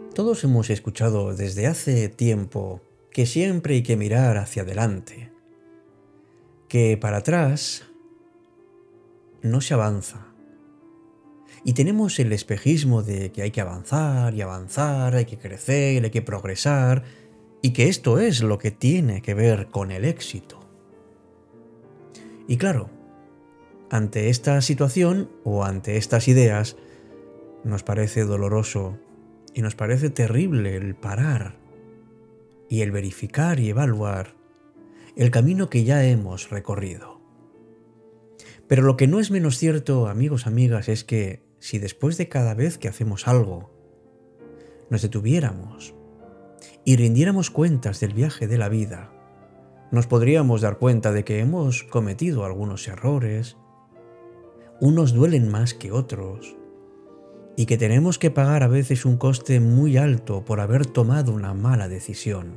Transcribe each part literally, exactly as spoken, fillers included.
Todos hemos escuchado desde hace tiempo que siempre hay que mirar hacia adelante, que para atrás no se avanza. Y tenemos el espejismo de que hay que avanzar y avanzar, hay que crecer, hay que progresar, y que esto es lo que tiene que ver con el éxito. Y claro, ante esta situación o ante estas ideas, nos parece doloroso y nos parece terrible el parar y el verificar y evaluar el camino que ya hemos recorrido. Pero lo que no es menos cierto, amigos, amigas, es que si después de cada vez que hacemos algo, nos detuviéramos y rindiéramos cuentas del viaje de la vida, nos podríamos dar cuenta de que hemos cometido algunos errores, unos duelen más que otros, y que tenemos que pagar a veces un coste muy alto por haber tomado una mala decisión.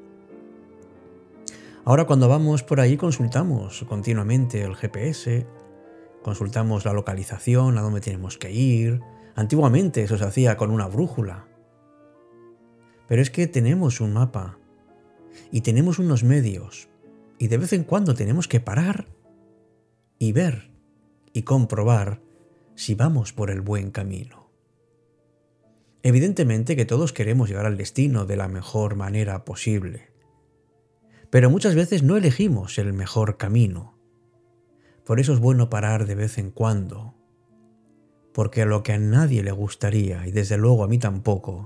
Ahora cuando vamos por ahí consultamos continuamente el G P S, consultamos la localización, a dónde tenemos que ir. Antiguamente eso se hacía con una brújula. Pero es que tenemos un mapa y tenemos unos medios y de vez en cuando tenemos que parar y ver y comprobar si vamos por el buen camino. Evidentemente que todos queremos llegar al destino de la mejor manera posible, pero muchas veces no elegimos el mejor camino. Por eso es bueno parar de vez en cuando, porque a lo que a nadie le gustaría, y desde luego a mí tampoco,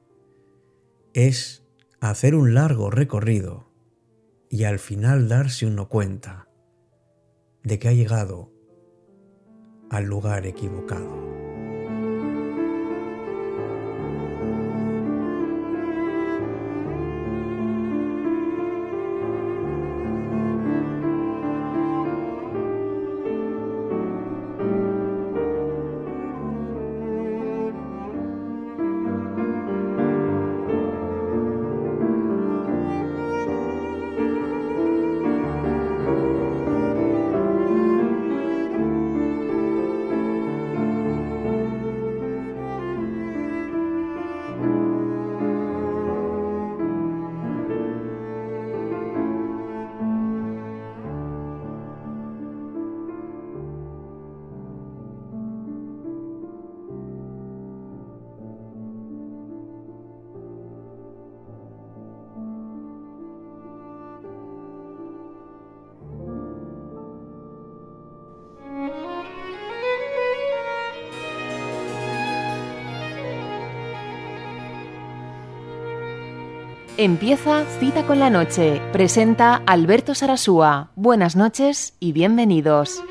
es hacer un largo recorrido y al final darse uno cuenta de que ha llegado al lugar equivocado. Empieza Cita con la Noche. Presenta Alberto Sarasúa. Buenas noches y bienvenidos.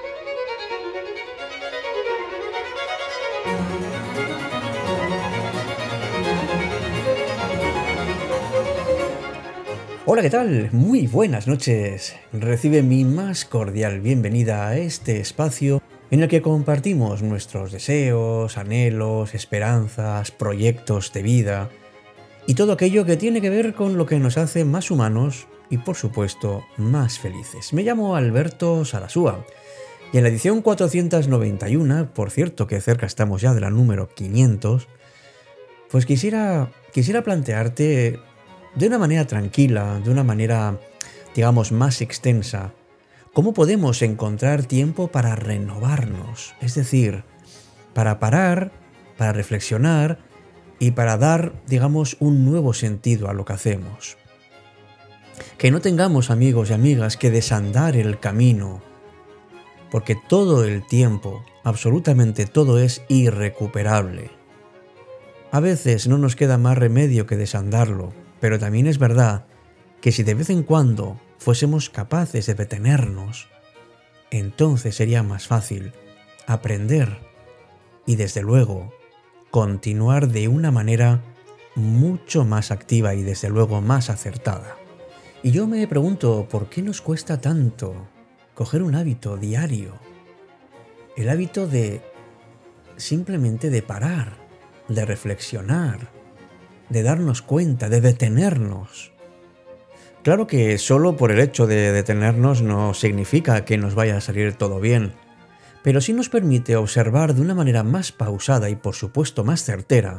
Hola, ¿qué tal? Muy buenas noches. Recibe mi más cordial bienvenida a este espacio en el que compartimos nuestros deseos, anhelos, esperanzas, proyectos de vida y todo aquello que tiene que ver con lo que nos hace más humanos y, por supuesto, más felices. Me llamo Alberto Sarasúa y en la edición cuatrocientos noventa y uno, por cierto que cerca estamos ya de la número quinientos, pues quisiera, quisiera plantearte de una manera tranquila, de una manera, digamos, más extensa, cómo podemos encontrar tiempo para renovarnos, es decir, para parar, para reflexionar y para dar, digamos, un nuevo sentido a lo que hacemos. Que no tengamos, amigos y amigas, que desandar el camino, porque todo el tiempo, absolutamente todo es irrecuperable. A veces no nos queda más remedio que desandarlo, pero también es verdad que si de vez en cuando fuésemos capaces de detenernos, entonces sería más fácil aprender y, desde luego, continuar de una manera mucho más activa y desde luego más acertada. Y yo me pregunto, ¿por qué nos cuesta tanto coger un hábito diario? El hábito de simplemente de parar, de reflexionar, de darnos cuenta, de detenernos. Claro que solo por el hecho de detenernos no significa que nos vaya a salir todo bien, pero sí nos permite observar de una manera más pausada y por supuesto más certera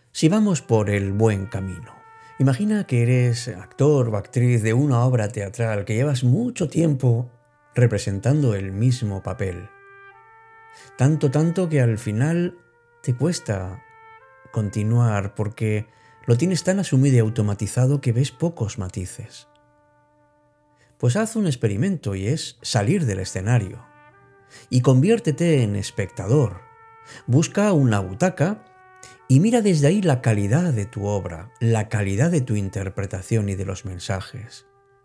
si vamos por el buen camino. Imagina que eres actor o actriz de una obra teatral que llevas mucho tiempo representando el mismo papel. Tanto, tanto que al final te cuesta continuar porque lo tienes tan asumido y automatizado que ves pocos matices. Pues haz un experimento y es salir del escenario y conviértete en espectador. Busca una butaca y mira desde ahí la calidad de tu obra, la calidad de tu interpretación y de los mensajes.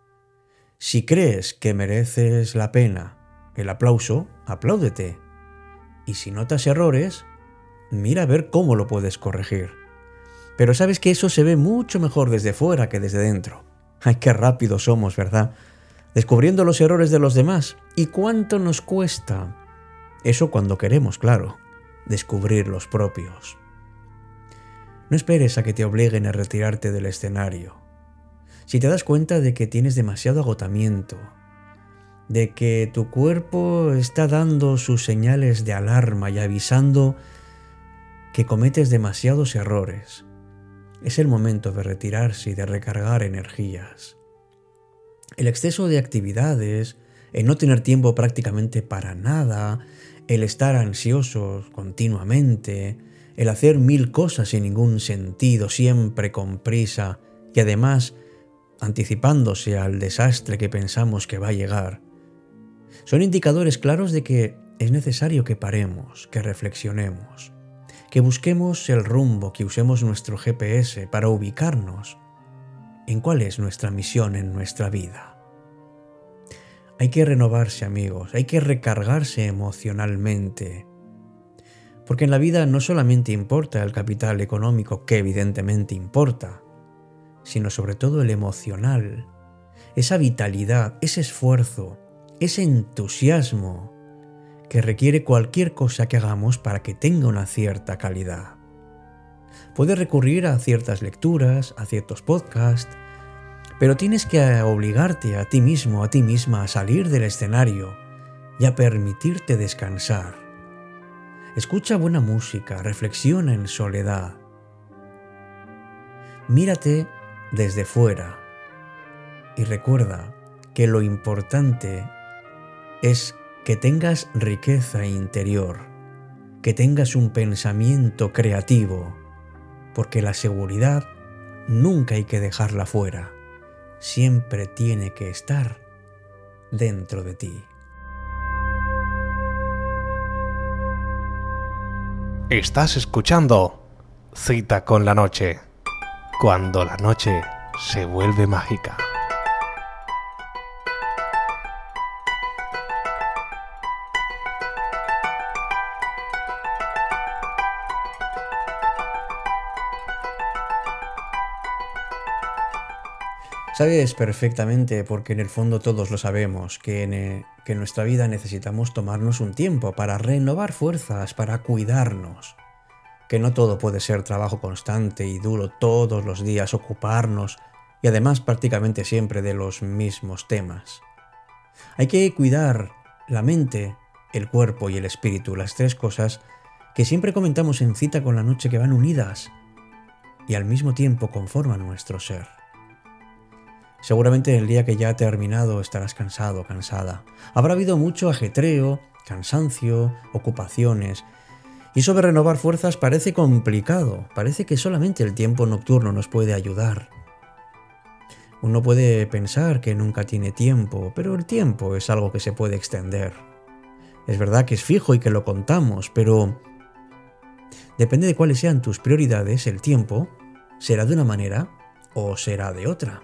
Si crees que mereces la pena, el aplauso, apláudete. Y si notas errores, mira a ver cómo lo puedes corregir. Pero sabes que eso se ve mucho mejor desde fuera que desde dentro. ¡Ay, qué rápidos somos!, ¿verdad? Descubriendo los errores de los demás. ¿Y cuánto nos cuesta? Eso cuando queremos, claro, descubrir los propios. No esperes a que te obliguen a retirarte del escenario. Si te das cuenta de que tienes demasiado agotamiento, de que tu cuerpo está dando sus señales de alarma y avisando que cometes demasiados errores, es el momento de retirarse y de recargar energías. El exceso de actividades, el no tener tiempo prácticamente para nada, el estar ansiosos continuamente, el hacer mil cosas sin ningún sentido, siempre con prisa y además anticipándose al desastre que pensamos que va a llegar, son indicadores claros de que es necesario que paremos, que reflexionemos, que busquemos el rumbo, que usemos nuestro G P S para ubicarnos en cuál es nuestra misión en nuestra vida. Hay que renovarse, amigos, hay que recargarse emocionalmente, porque en la vida no solamente importa el capital económico, que evidentemente importa, sino sobre todo el emocional, esa vitalidad, ese esfuerzo, ese entusiasmo que requiere cualquier cosa que hagamos para que tenga una cierta calidad. Puedes recurrir a ciertas lecturas, a ciertos podcasts, pero tienes que obligarte a ti mismo, a ti misma, a salir del escenario y a permitirte descansar. Escucha buena música, reflexiona en soledad. Mírate desde fuera y recuerda que lo importante es que tengas riqueza interior, que tengas un pensamiento creativo, porque la seguridad nunca hay que dejarla fuera, siempre tiene que estar dentro de ti. Estás escuchando Cita con la Noche, cuando la noche se vuelve mágica. Sabes perfectamente, porque en el fondo todos lo sabemos, que en, eh, que en nuestra vida necesitamos tomarnos un tiempo para renovar fuerzas, para cuidarnos. Que no todo puede ser trabajo constante y duro todos los días, ocuparnos y además prácticamente siempre de los mismos temas. Hay que cuidar la mente, el cuerpo y el espíritu, las tres cosas que siempre comentamos en Cita con la Noche, que van unidas y al mismo tiempo conforman nuestro ser. Seguramente el día que ya ha terminado estarás cansado, cansada. Habrá habido mucho ajetreo, cansancio, ocupaciones. Y eso de renovar fuerzas parece complicado. Parece que solamente el tiempo nocturno nos puede ayudar. Uno puede pensar que nunca tiene tiempo, pero el tiempo es algo que se puede extender. Es verdad que es fijo y que lo contamos, pero depende de cuáles sean tus prioridades, el tiempo será de una manera o será de otra.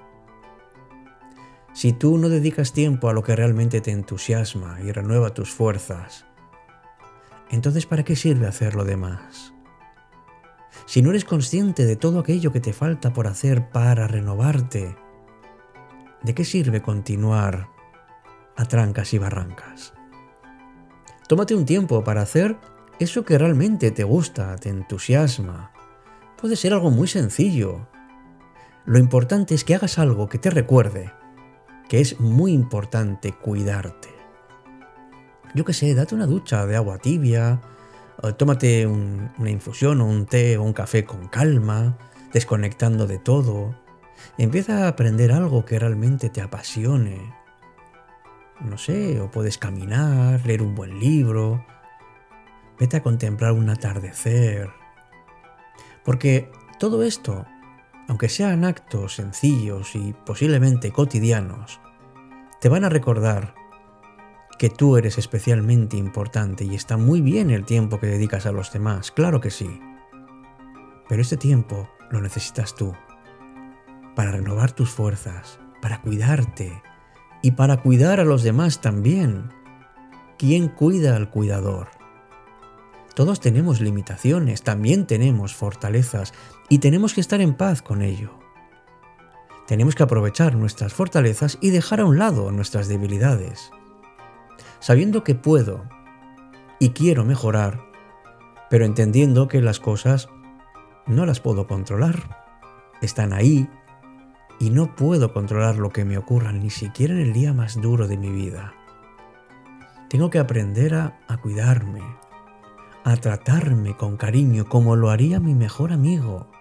Si tú no dedicas tiempo a lo que realmente te entusiasma y renueva tus fuerzas, entonces ¿para qué sirve hacer lo demás? Si no eres consciente de todo aquello que te falta por hacer para renovarte, ¿de qué sirve continuar a trancas y barrancas? Tómate un tiempo para hacer eso que realmente te gusta, te entusiasma. Puede ser algo muy sencillo. Lo importante es que hagas algo que te recuerde que es muy importante cuidarte. Yo qué sé, date una ducha de agua tibia, O tómate un, una infusión o un té o un café con calma, desconectando de todo. Empieza a aprender algo que realmente te apasione. No sé, o puedes caminar, leer un buen libro. Vete a contemplar un atardecer. Porque todo esto, aunque sean actos sencillos y posiblemente cotidianos, te van a recordar que tú eres especialmente importante y está muy bien el tiempo que dedicas a los demás, claro que sí. Pero este tiempo lo necesitas tú, para renovar tus fuerzas, para cuidarte y para cuidar a los demás también. ¿Quién cuida al cuidador? Todos tenemos limitaciones, también tenemos fortalezas y tenemos que estar en paz con ello. Tenemos que aprovechar nuestras fortalezas y dejar a un lado nuestras debilidades, sabiendo que puedo y quiero mejorar, pero entendiendo que las cosas no las puedo controlar. Están ahí y no puedo controlar lo que me ocurra ni siquiera en el día más duro de mi vida. Tengo que aprender a, a cuidarme, a tratarme con cariño como lo haría mi mejor amigo.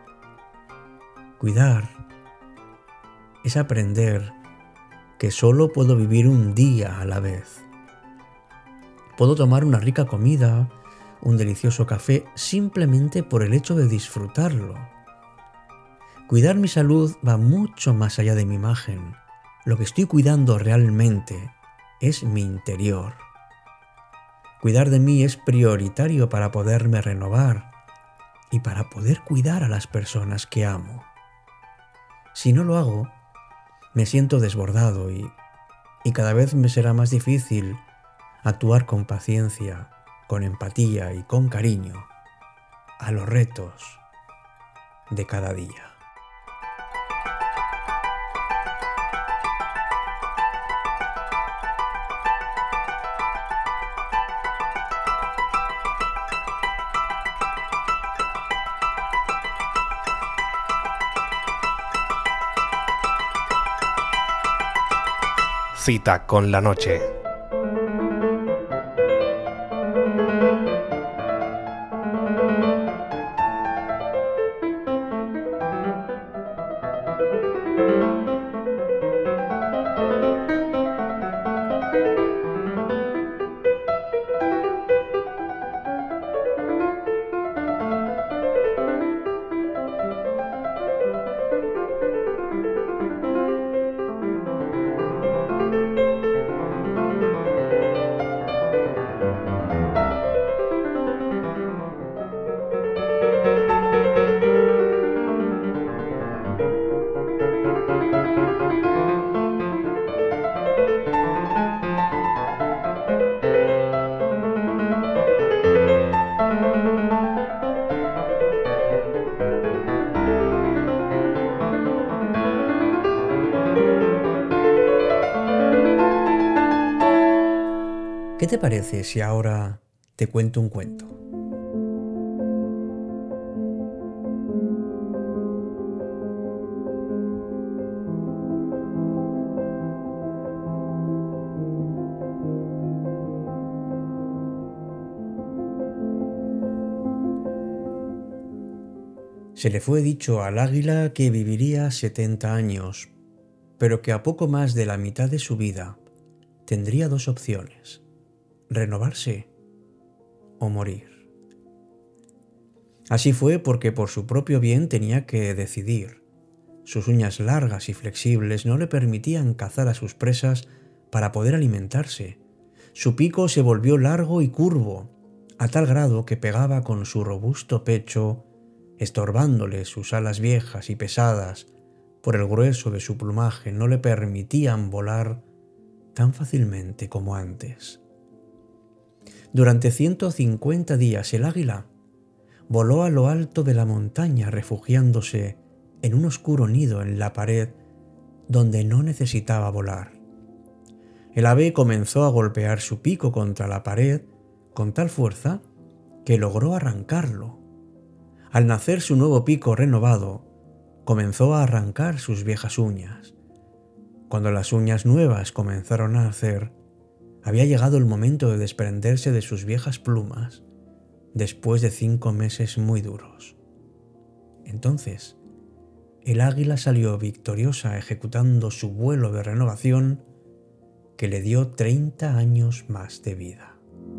Cuidar es aprender que solo puedo vivir un día a la vez. Puedo tomar una rica comida, un delicioso café, simplemente por el hecho de disfrutarlo. Cuidar mi salud va mucho más allá de mi imagen. Lo que estoy cuidando realmente es mi interior. Cuidar de mí es prioritario para poderme renovar y para poder cuidar a las personas que amo. Si no lo hago, me siento desbordado y, y cada vez me será más difícil actuar con paciencia, con empatía y con cariño a los retos de cada día. Cita con la noche. ¿Qué te parece si ahora te cuento un cuento? Se le fue dicho al águila que viviría setenta años, pero que a poco más de la mitad de su vida tendría dos opciones: renovarse o morir. Así fue porque por su propio bien tenía que decidir. Sus uñas largas y flexibles no le permitían cazar a sus presas para poder alimentarse. Su pico se volvió largo y curvo, a tal grado que pegaba con su robusto pecho, estorbándole. Sus alas viejas y pesadas, por el grueso de su plumaje, no le permitían volar tan fácilmente como antes. Durante ciento cincuenta días el águila voló a lo alto de la montaña, refugiándose en un oscuro nido en la pared donde no necesitaba volar. El ave comenzó a golpear su pico contra la pared con tal fuerza que logró arrancarlo. Al nacer su nuevo pico renovado, comenzó a arrancar sus viejas uñas. Cuando las uñas nuevas comenzaron a nacer, había llegado el momento de desprenderse de sus viejas plumas después de cinco meses muy duros. Entonces, el águila salió victoriosa ejecutando su vuelo de renovación que le dio treinta años más de vida.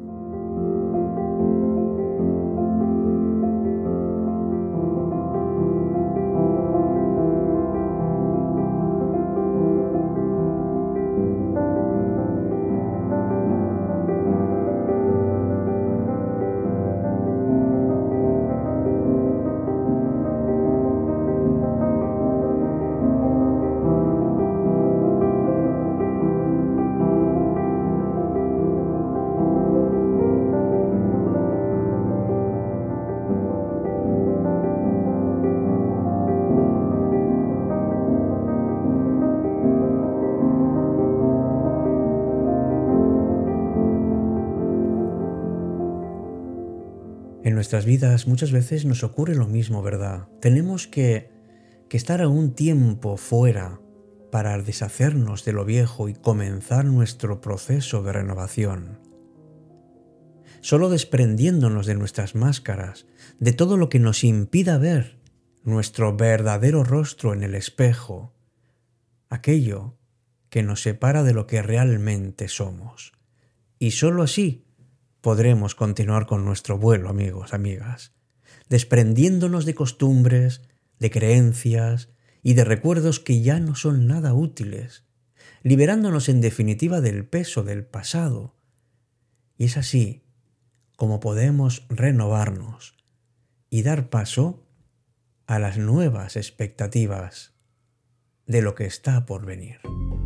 En nuestras vidas muchas veces nos ocurre lo mismo, ¿verdad? Tenemos que, que estar algún tiempo fuera para deshacernos de lo viejo y comenzar nuestro proceso de renovación. Solo desprendiéndonos de nuestras máscaras, de todo lo que nos impida ver nuestro verdadero rostro en el espejo, aquello que nos separa de lo que realmente somos. Y solo así podremos continuar con nuestro vuelo, amigos, amigas, desprendiéndonos de costumbres, de creencias y de recuerdos que ya no son nada útiles, liberándonos en definitiva del peso del pasado. Y es así como podemos renovarnos y dar paso a las nuevas expectativas de lo que está por venir.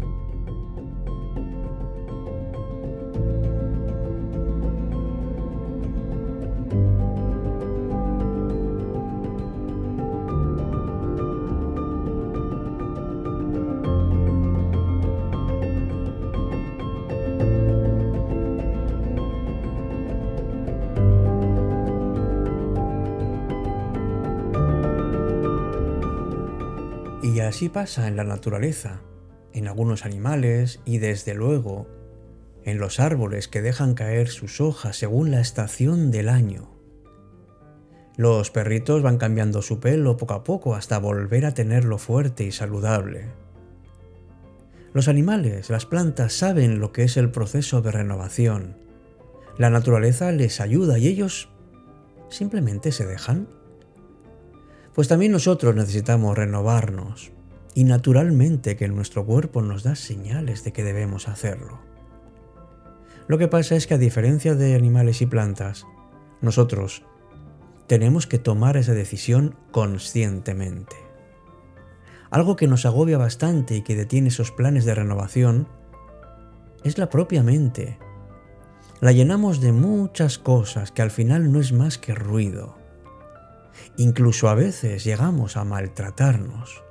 Y así pasa en la naturaleza, en algunos animales y desde luego en los árboles que dejan caer sus hojas según la estación del año. Los perritos van cambiando su pelo poco a poco hasta volver a tenerlo fuerte y saludable. Los animales, las plantas saben lo que es el proceso de renovación. La naturaleza les ayuda y ellos simplemente se dejan. Pues también nosotros necesitamos renovarnos y naturalmente que nuestro cuerpo nos da señales de que debemos hacerlo. Lo que pasa es que a diferencia de animales y plantas, nosotros tenemos que tomar esa decisión conscientemente. Algo que nos agobia bastante y que detiene esos planes de renovación es la propia mente. La llenamos de muchas cosas que al final no es más que ruido. Incluso a veces llegamos a maltratarnos.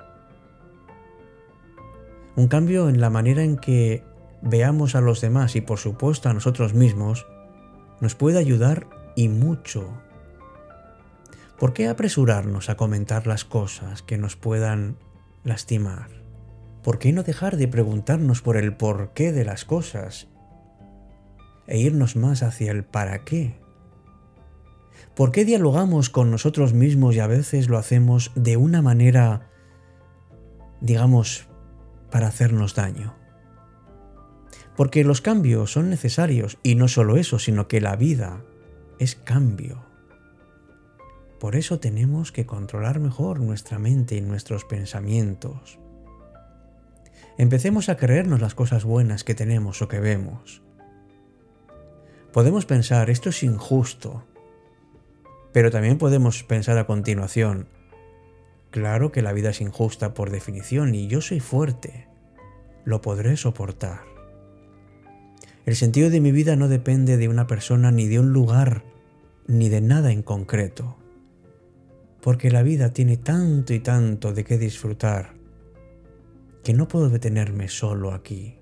Un cambio en la manera en que veamos a los demás y por supuesto a nosotros mismos nos puede ayudar y mucho. ¿Por qué apresurarnos a comentar las cosas que nos puedan lastimar? ¿Por qué no dejar de preguntarnos por el porqué de las cosas e irnos más hacia el para qué? ¿Por qué dialogamos con nosotros mismos y a veces lo hacemos de una manera, digamos, para hacernos daño? Porque los cambios son necesarios y no solo eso, sino que la vida es cambio. Por eso tenemos que controlar mejor nuestra mente y nuestros pensamientos. Empecemos a creernos las cosas buenas que tenemos o que vemos. Podemos pensar, esto es injusto. Pero también podemos pensar a continuación, claro que la vida es injusta por definición y yo soy fuerte, lo podré soportar. El sentido de mi vida no depende de una persona, ni de un lugar, ni de nada en concreto, porque la vida tiene tanto y tanto de qué disfrutar que no puedo detenerme solo aquí.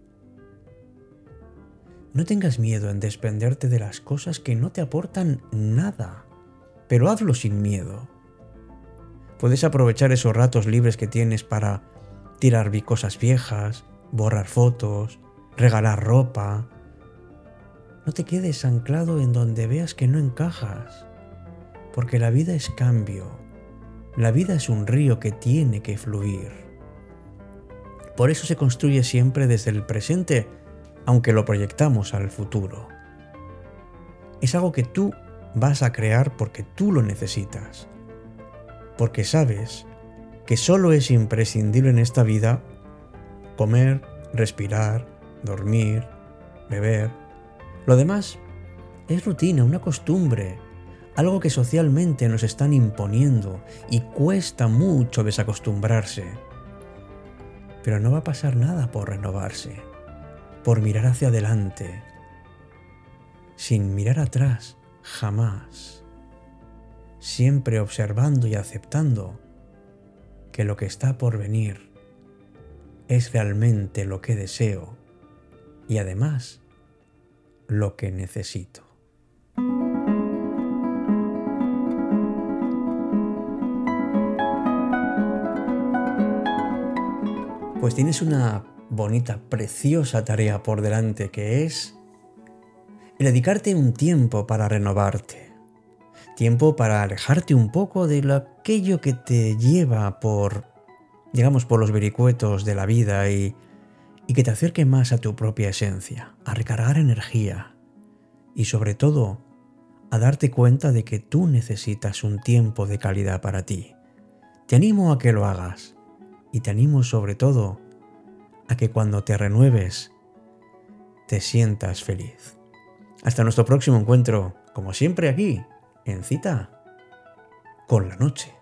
No tengas miedo en desprenderte de las cosas que no te aportan nada. Pero hazlo sin miedo. Puedes aprovechar esos ratos libres que tienes para tirar cosas viejas, borrar fotos, regalar ropa, No te quedes anclado en donde veas que no encajas, porque la vida es cambio. La vida es un río que tiene que fluir. Por eso se construye siempre desde el presente, aunque lo proyectamos al futuro. Es algo que tú vas a crear porque tú lo necesitas, porque sabes que solo es imprescindible en esta vida comer, respirar, dormir, beber. Lo demás es rutina, una costumbre, algo que socialmente nos están imponiendo y cuesta mucho desacostumbrarse. Pero no va a pasar nada por renovarse, por mirar hacia adelante, sin mirar atrás, jamás. Siempre observando y aceptando que lo que está por venir es realmente lo que deseo y además lo que necesito. Pues tienes una bonita, preciosa tarea por delante, que es el dedicarte un tiempo para renovarte. Tiempo para alejarte un poco de lo, aquello que te lleva por, digamos, por los vericuetos de la vida y, y que te acerque más a tu propia esencia, a recargar energía y sobre todo a darte cuenta de que tú necesitas un tiempo de calidad para ti. Te animo a que lo hagas. Y te animo sobre todo a que cuando te renueves te sientas feliz. Hasta nuestro próximo encuentro, como siempre aquí, en Cita con la Noche.